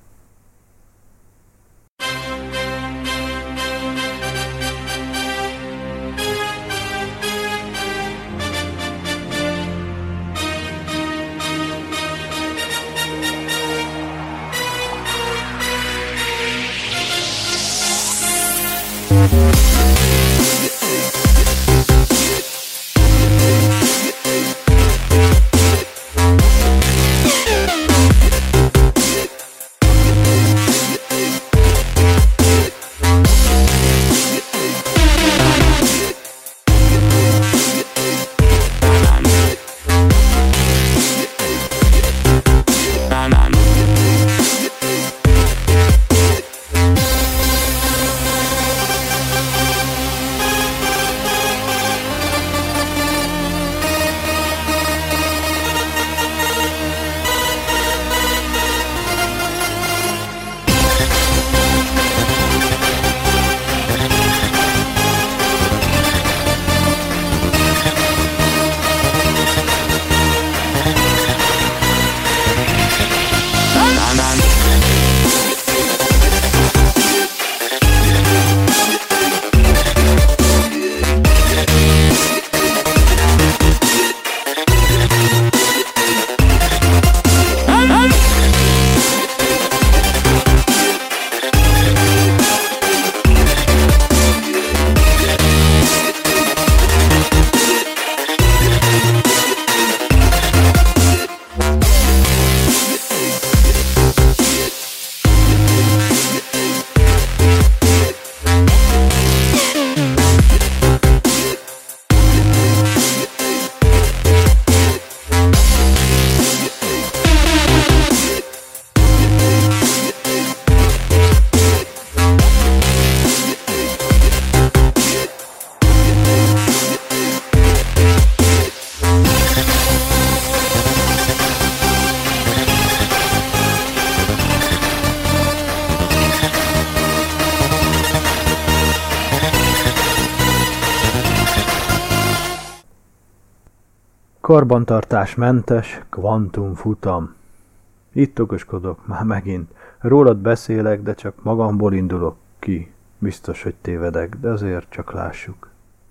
S1: Karbantartásmentes kvantumfutam. Itt okoskodok, már megint. Rólad beszélek, de csak magamból indulok ki. Biztos, hogy tévedek, de azért csak lássuk.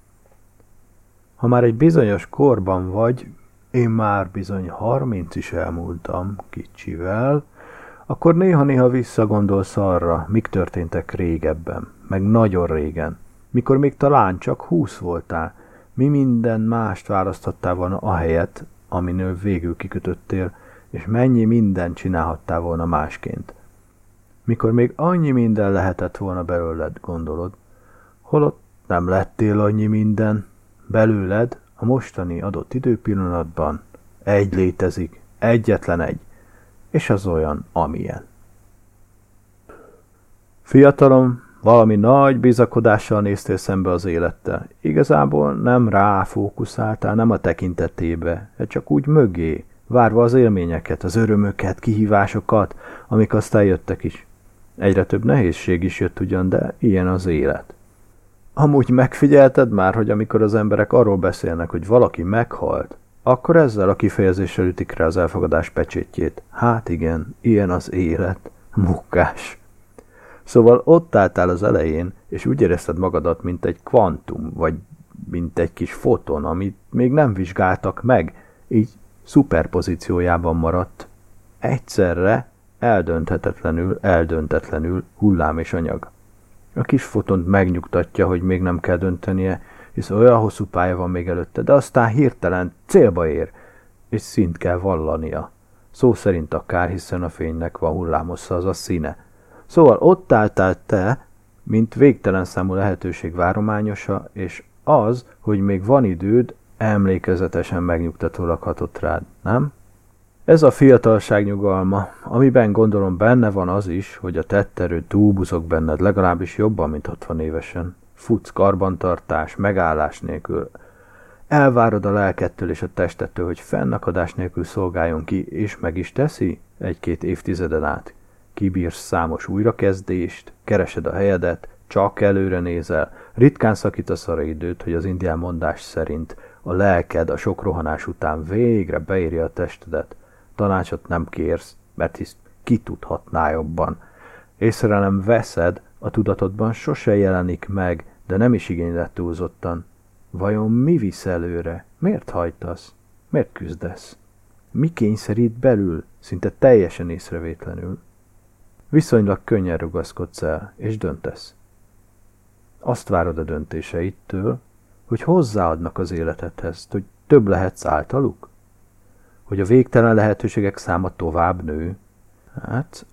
S1: Ha már egy bizonyos korban vagy, én már bizony harminc is elmúltam kicsivel, akkor néha-néha visszagondolsz arra, mik történtek régebben, meg nagyon régen, mikor még talán csak húsz voltál, mi minden mást választhattál volna ahelyett, aminől végül kikötöttél, és mennyi mindent csinálhattál volna másként. Mikor még annyi minden lehetett volna belőled, gondolod, holott nem lettél annyi minden, belőled a mostani adott időpillanatban egy létezik, egyetlen egy, és az olyan, amilyen. Fiatalom, valami nagy bizakodással néztél szembe az élettel. Igazából nem ráfókuszáltál, nem a tekintetébe, de csak úgy mögé, várva az élményeket, az örömöket, kihívásokat, amik aztán jöttek is. Egyre több nehézség is jött ugyan, de ilyen az élet. Amúgy megfigyelted már, hogy amikor az emberek arról beszélnek, hogy valaki meghalt, akkor ezzel a kifejezéssel ütik rá az elfogadás pecsétjét. Hát igen, ilyen az élet. Mukkás. Szóval ott álltál az elején, és úgy érezted magadat, mint egy kvantum, vagy mint egy kis foton, amit még nem vizsgáltak meg, így szuperpozíciójában maradt. Egyszerre eldönthetetlenül, eldöntetlenül hullám és anyag. A kis fotont megnyugtatja, hogy még nem kell döntenie, hisz olyan hosszú pálya van még előtte, de aztán hirtelen célba ér, és szint kell vallania. Szó szerint akár, hiszen a fénynek van hullámossza, az a színe. Szóval ott álltál te, mint végtelen számú lehetőség várományosa, és az, hogy még van időd, emlékezetesen megnyugtatólag hatott rád, nem? Ez a fiatalság nyugalma, amiben gondolom benne van az is, hogy a tetterő túlbuzog benned legalábbis jobban, mint hatvan évesen. Futsz karbantartás, megállás nélkül. Elvárod a lelkettől és a testettől, hogy fennakadás nélkül szolgáljon ki, és meg is teszi egy-két évtizeden át. Kibírsz számos újrakezdést, keresed a helyedet, csak előre nézel, ritkán szakítasz arra időt, hogy az indián mondás szerint a lelked a sok rohanás után végre beírja a testedet. Tanácsot nem kérsz, mert hisz ki tudhatná jobban. Észre nem veszed, a tudatodban sose jelenik meg, de nem is igényled túlzottan. Vajon mi visz előre? Miért hajtasz? Miért küzdesz? Mi kényszerít belül, szinte teljesen észrevétlenül? Viszonylag könnyen rugaszkodsz el, és döntesz. Azt várod a döntéseidtől, hogy hozzáadnak az életedhez, hogy több lehetsz általuk? Hogy a végtelen lehetőségek száma tovább nő? Hát,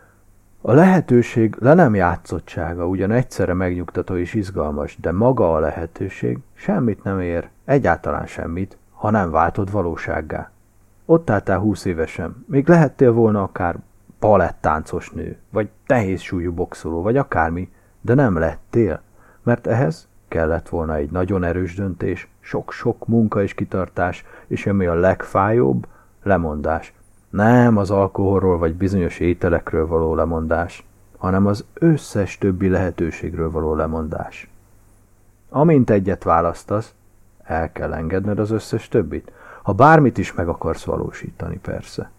S1: a lehetőség le nem játszottsága ugyan egyszerre megnyugtató és izgalmas, de maga a lehetőség semmit nem ér, egyáltalán semmit, ha nem váltod valósággá. Ott álltál húsz évesen, még lehettél volna akár balettáncos nő, vagy nehéz súlyú boxoló, vagy akármi, de nem lettél, mert ehhez kellett volna egy nagyon erős döntés, sok-sok munka és kitartás, és ami a legfájóbb, lemondás. Nem az alkoholról vagy bizonyos ételekről való lemondás, hanem az összes többi lehetőségről való lemondás. Amint egyet választasz, el kell engedned az összes többit, ha bármit is meg akarsz valósítani, persze.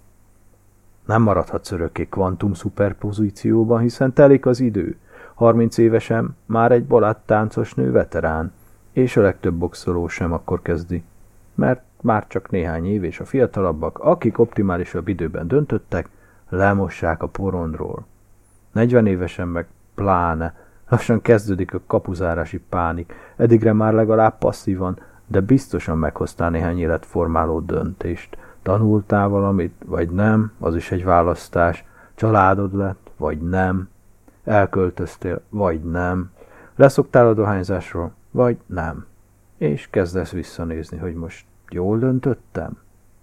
S1: Nem maradhatsz örökké kvantum szuperpozícióban, hiszen telik az idő. harminc évesen már egy balettáncos nő veterán, és a legtöbb boxoló sem akkor kezdi, mert már csak néhány év, és a fiatalabbak, akik optimálisabb időben döntöttek, lemossák a porondról. negyven évesen meg pláne, lassan kezdődik a kapuzárási pánik, eddigre már legalább passzívan, de biztosan meghoztál néhány életformáló döntést. Tanultál valamit, vagy nem, az is egy választás, családod lett, vagy nem, elköltöztél, vagy nem, leszoktál a dohányzásról, vagy nem, és kezdesz visszanézni, hogy most jól döntöttem?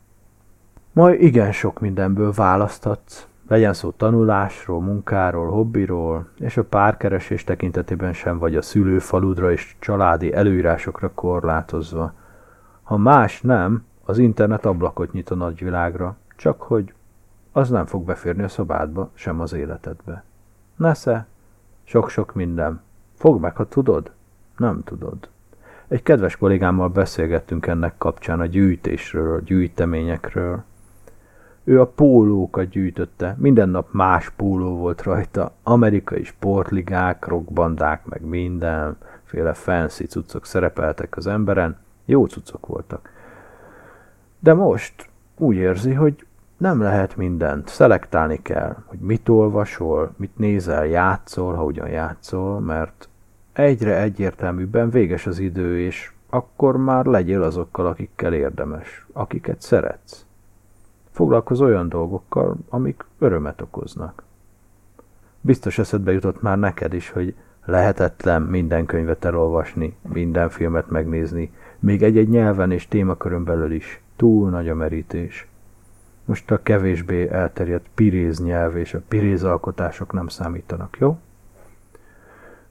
S1: Majd igen sok mindenből választhatsz, legyen szó tanulásról, munkáról, hobbiról, és a párkeresés tekintetében sem vagy a szülőfaludra és családi előírásokra korlátozva. Ha más nem, az internet ablakot nyit a nagyvilágra, csak hogy az nem fog beférni a szobádba, sem az életedbe. Nesze, sok-sok minden. Fogd meg, ha tudod? Nem tudod. Egy kedves kollégámmal beszélgettünk ennek kapcsán a gyűjtésről, a gyűjteményekről. Ő a pólókat gyűjtötte, minden nap más póló volt rajta, amerikai sportligák, rockbandák, meg mindenféle fancy cuccok szerepeltek az emberen, jó cuccok voltak. De most úgy érzi, hogy nem lehet mindent, szelektálni kell, hogy mit olvasol, mit nézel, játszol, ha ugyan játszol, mert egyre egyértelműbben véges az idő, és akkor már legyél azokkal, akikkel érdemes, akiket szeretsz. Foglalkozz olyan dolgokkal, amik örömet okoznak. Biztos eszedbe jutott már neked is, hogy lehetetlen minden könyvet elolvasni, minden filmet megnézni, még egy-egy nyelven és témakörön belül is. Túl nagy a merítés. Most a kevésbé elterjedt piréz nyelv és a piréz alkotások nem számítanak, jó?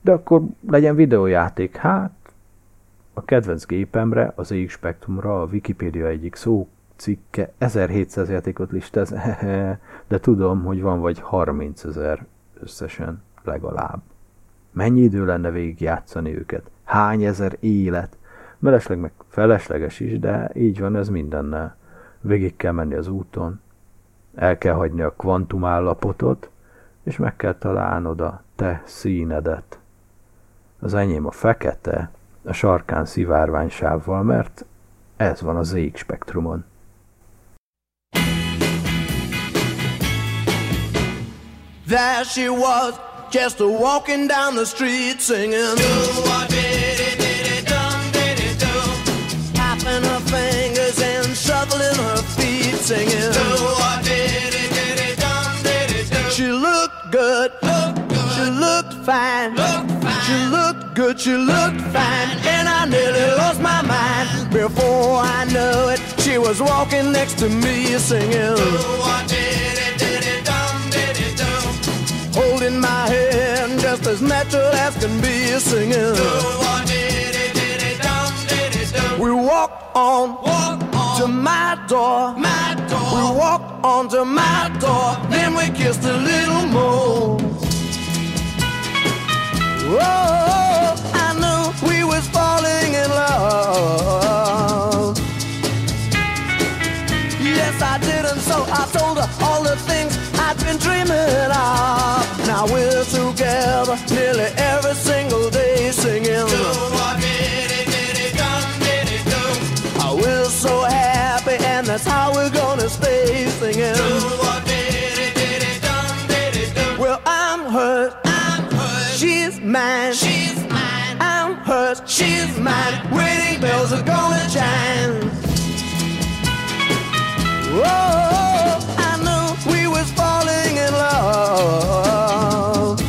S1: De akkor legyen videójáték. Hát, a kedvenc gépemre, az é iksz Spectrumra a Wikipédia egyik szócikke ezerhétszáz játékot listáz, de tudom, hogy van vagy harmincezer összesen legalább. Mennyi idő lenne végigjátszani őket? Hány ezer élet? Mellesleg meg felesleges is, de így van ez mindennel. Végig kell menni az úton, el kell hagyni a kvantum állapotot, és meg kell találnod a te színedet. Az enyém a fekete, a sarkán szivárványsávval, mert ez van az é iksz Spectrumon.
S6: There she was, just a walking down the street singing. Tapping her fingers and shuffling her feet singing. She looked good, she looked fine, she looked good, she looked fine, and I nearly lost my mind. Before I knew it, she was walking next to me singing. Holding my hand just as natural as can be singing. We walked on, walk on to my door, my door. We walked on to my door, then we kissed a little more. Oh, I knew we was falling in love. Yes, I did, and so I told her all the things I've been dreaming of. Now we're together nearly every single day singing. Oh, we're so happy, and that's how we're gonna stay singing. Well, I'm hers, I'm hers. She's mine, she's mine. I'm hers, she's mine. Wedding bells are gonna chime. Whoa, I knew we was falling in love.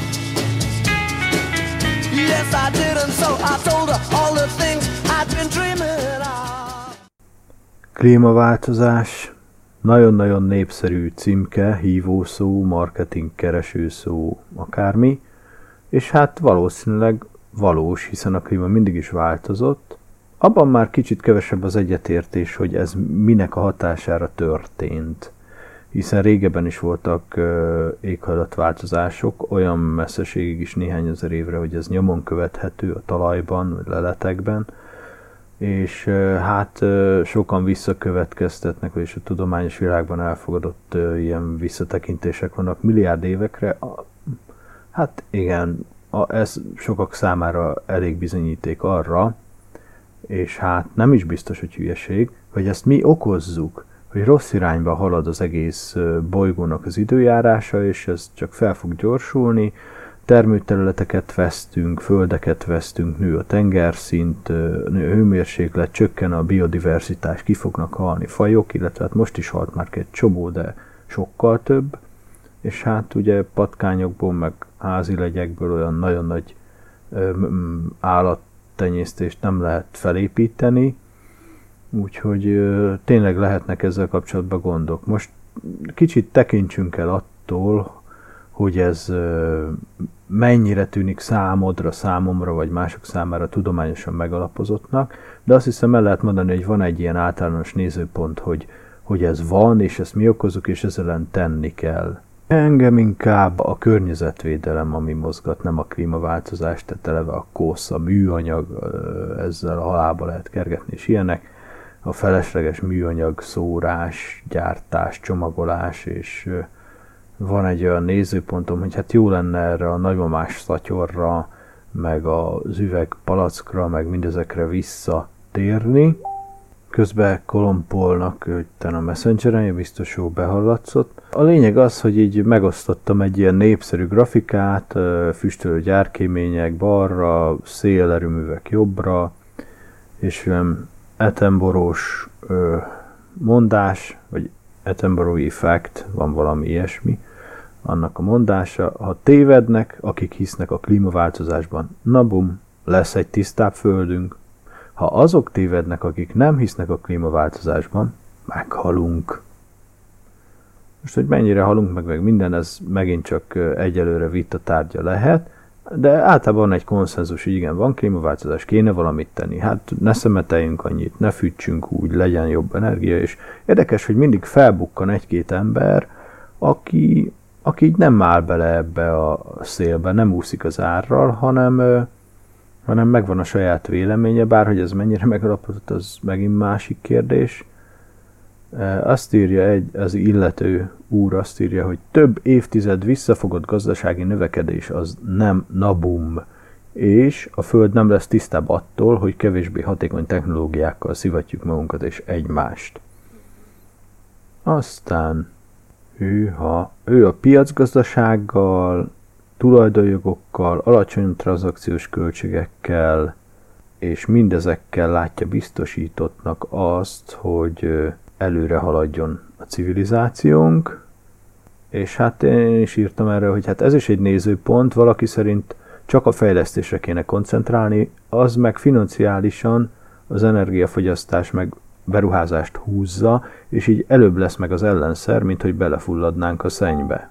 S6: Yes, I did, and so I told her all the things I've been dreaming of.
S1: Klímaváltozás, nagyon-nagyon népszerű címke, hívószó, marketing keresőszó, akármi, és hát valószínűleg valós, hiszen a klíma mindig is változott. Abban már kicsit kevesebb az egyetértés, hogy ez minek a hatására történt. Hiszen régebben is voltak uh, éghajlatváltozások, olyan messzeségig is néhány ezer évre, hogy ez nyomon követhető a talajban, vagy leletekben, és uh, hát uh, sokan visszakövetkeztetnek, és a tudományos világban elfogadott uh, ilyen visszatekintések vannak milliárd évekre. A, hát igen, a, ez sokak számára elég bizonyíték arra, és hát nem is biztos, hogy hülyeség, hogy ezt mi okozzuk, hogy rossz irányba halad az egész bolygónak az időjárása, és ez csak fel fog gyorsulni, termőterületeket vesztünk, földeket vesztünk, nő a tengerszint, nő a hőmérséklet, csökken a biodiverzitás, ki fognak halni fajok, illetve hát most is halt már egy csomó, de sokkal több, és hát ugye patkányokból, meg házi legyekből olyan nagyon nagy állattenyésztést nem lehet felépíteni, úgyhogy ö, tényleg lehetnek ezzel kapcsolatban gondok. Most kicsit tekintsünk el attól, hogy ez ö, mennyire tűnik számodra, számomra, vagy mások számára tudományosan megalapozottnak, de azt hiszem el lehet mondani, hogy van egy ilyen általános nézőpont, hogy, hogy ez van, és ezt mi okozunk, és ezzel ellen tenni kell. Engem inkább a környezetvédelem, ami mozgat, nem a klímaváltozás, tehát eleve a kósz, a műanyag, ö, ezzel a halálba lehet kergetni, és ilyenek. A felesleges műanyag szórás, gyártás, csomagolás, és van egy olyan nézőpontom, hogy hát jó lenne erre a nagymamás szatyorra, meg az üvegpalackra, meg mindezekre visszatérni. Közben Kolompolnak ütten a Messengeren, biztos jó behallatszott. A lényeg az, hogy így megosztottam egy ilyen népszerű grafikát, füstölő gyárkémények balra, szélerőművek jobbra, és olyan Attenborough-s ö, mondás, vagy Attenborough effect, van valami ilyesmi, annak a mondása, ha tévednek, akik hisznek a klímaváltozásban, na bum, lesz egy tisztább földünk. Ha azok tévednek, akik nem hisznek a klímaváltozásban, meghalunk. Most, hogy mennyire halunk meg, meg minden, ez megint csak egyelőre vita tárgya lehet. De általában egy konszenzus, hogy igen, van klímaváltozás, kéne valamit tenni. Hát ne szemeteljünk annyit, ne fűtsünk úgy, legyen jobb energia, és érdekes, hogy mindig felbukkan egy-két ember, aki, aki így nem áll bele ebbe a szélbe, nem úszik az árral, hanem, hanem megvan a saját véleménye, bárhogy ez mennyire megalapozott, az megint másik kérdés. Azt írja egy, az illető úr azt írja, hogy több évtized visszafogott gazdasági növekedés az nem nabum, és a Föld nem lesz tisztább attól, hogy kevésbé hatékony technológiákkal szivatjuk magunkat és egymást. Aztán hűha, ő a piacgazdasággal, tulajdonjogokkal, alacsony tranzakciós költségekkel és mindezekkel látja biztosítottnak azt, hogy előre haladjon a civilizációnk, és hát én is írtam erre, hogy hát ez is egy nézőpont, valaki szerint csak a fejlesztésre kéne koncentrálni, az meg financiálisan az energiafogyasztás meg beruházást húzza, és így előbb lesz meg az ellenszer, mint hogy belefulladnánk a szennybe.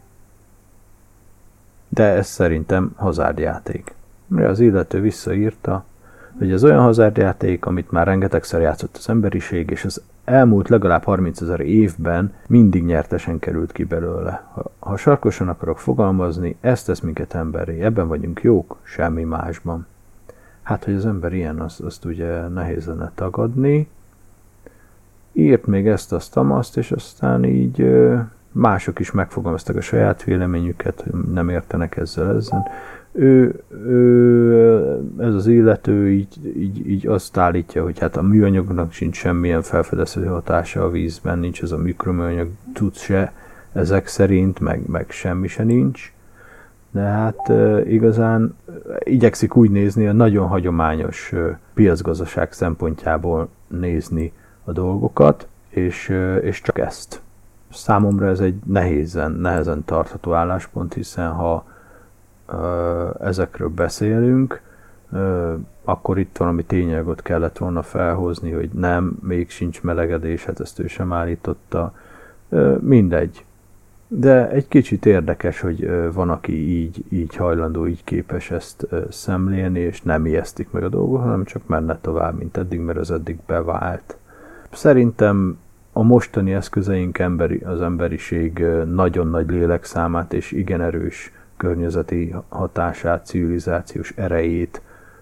S1: De ez szerintem hazárdjáték. Mire az illető visszaírta, hogy ez olyan hazárdjáték, amit már rengetegszer játszott az emberiség, és az elmúlt legalább harmincezer évben mindig nyertesen került ki belőle. Ha, ha sarkosan akarok fogalmazni, ez tesz minket emberré. Ebben vagyunk jók, semmi másban. Hát, hogy az ember ilyen, azt, azt ugye nehéz lenne tagadni. Írt még ezt, azt, azt, és aztán így mások is megfogalmaztak a saját véleményüket, hogy nem értenek ezzel ezen. Ő, ő, ez az illető így, így, így azt állítja, hogy hát a műanyagnak sincs semmilyen felfedezhető hatása a vízben, nincs ez a mikroműanyag cucc se, ezek szerint, meg, meg semmi se nincs. De hát e, igazán igyekszik úgy nézni, a nagyon hagyományos e, piacgazdaság szempontjából nézni a dolgokat, és, e, és csak ezt. Számomra ez egy nehézen, nehezen tartható álláspont, hiszen ha ezekről beszélünk, akkor itt valami tényanyagot kellett volna felhozni, hogy nem, még sincs melegedés, hát ezt ő sem állította. Mindegy. De egy kicsit érdekes, hogy van, aki így, így hajlandó, így képes ezt szemlélni, és nem ijesztik meg a dolgot, hanem csak menne tovább, mint eddig, mert az eddig bevált. Szerintem a mostani eszközeink emberi, az emberiség nagyon nagy lélekszámát és igen erős környezeti hatását, civilizációs erejét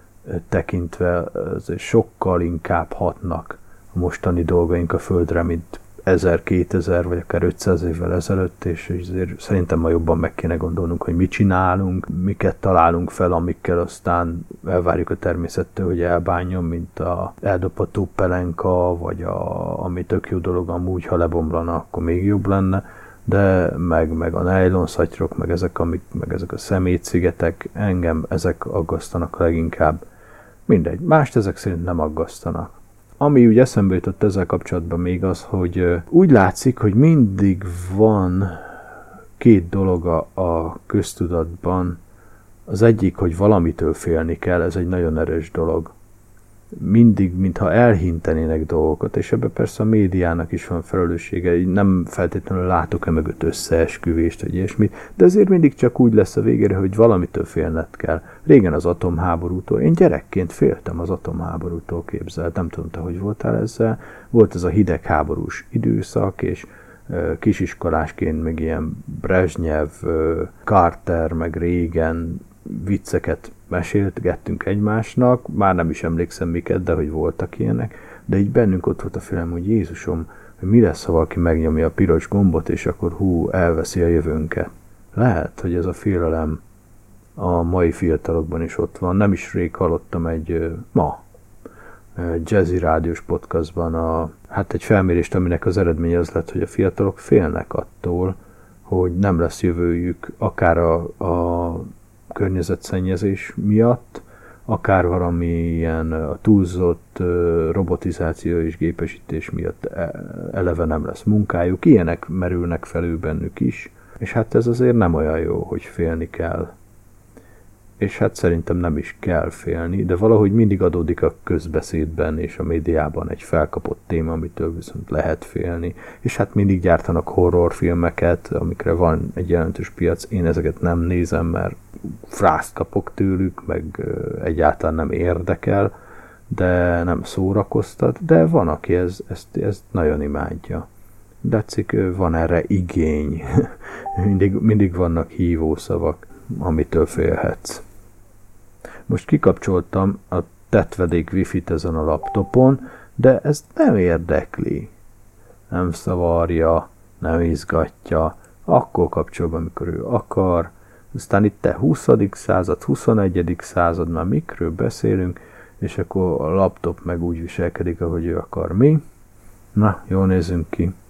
S1: tekintve sokkal inkább hatnak a mostani dolgaink a Földre, mint ezer, kétezer vagy akár ötszáz évvel ezelőtt, és azért szerintem ma jobban meg kéne gondolnunk, hogy mit csinálunk, miket találunk fel, amikkel aztán elvárjuk a természettől, hogy elbánjon, mint a eldobható pelenka, vagy a, ami tök jó dolog amúgy, ha lebomlana, akkor még jobb lenne, de meg, meg a nájlonszatyrok, meg ezek, amik, meg ezek a szemétszigetek, engem ezek aggasztanak leginkább. Mindegy, mást ezek szerint nem aggasztanak. Ami úgy eszembe jutott ezzel kapcsolatban még az, hogy úgy látszik, hogy mindig van két dolog a köztudatban. Az egyik, hogy valamitől félni kell, ez egy nagyon erős dolog. Mindig, mintha elhintenének dolgokat, és ebben persze a médiának is van felelőssége, nem feltétlenül látok-e mögött összeesküvést, vagy ilyesmit, de azért mindig csak úgy lesz a végére, hogy valamitől félned kell. Régen az atomháborútól, én gyerekként féltem az atomháborútól, képzeld, nem tudom, te hogy voltál ezzel, volt ez a hidegháborús időszak, és uh, kisiskolásként még ilyen Brezsnyev, uh, Carter, meg Reagan vicceket mesélgettünk egymásnak, már nem is emlékszem miket, de hogy voltak ilyenek, de így bennünk ott volt a félelem, hogy Jézusom, hogy mi lesz, ha valaki megnyomja a piros gombot, és akkor hú, elveszi a jövőnket. Lehet, hogy ez a félelem a mai fiatalokban is ott van. Nem is rég hallottam egy ma egy Jazzy rádiós podcastban a, hát egy felmérést, aminek az eredménye az lett, hogy a fiatalok félnek attól, hogy nem lesz jövőjük akár a, a környezetszennyezés miatt, akár valamilyen a túlzott robotizáció és gépesítés miatt eleve nem lesz munkájuk. Ilyenek merülnek felül bennük is, és hát ez azért nem olyan jó, hogy félni kell. És hát szerintem nem is kell félni, de valahogy mindig adódik a közbeszédben és a médiában egy felkapott téma, amitől viszont lehet félni. És hát mindig gyártanak horrorfilmeket, amikre van egy jelentős piac. Én ezeket nem nézem, mert frászt kapok tőlük, meg egyáltalán nem érdekel, de nem szórakoztat, de van, aki ez, ezt, ezt nagyon imádja. Látszik, van erre igény. mindig, mindig vannak hívószavak, amitől félhetsz. Most kikapcsoltam a tettvedék wifi-t ezen a laptopon, de ez nem érdekli. Nem szavarja, nem izgatja, akkor kapcsol be, amikor ő akar. Aztán itt te huszadik század, huszonegyedik század, már mikről beszélünk, és akkor a laptop meg úgy viselkedik, ahogy ő akar. Mi? Na, jól nézzünk ki.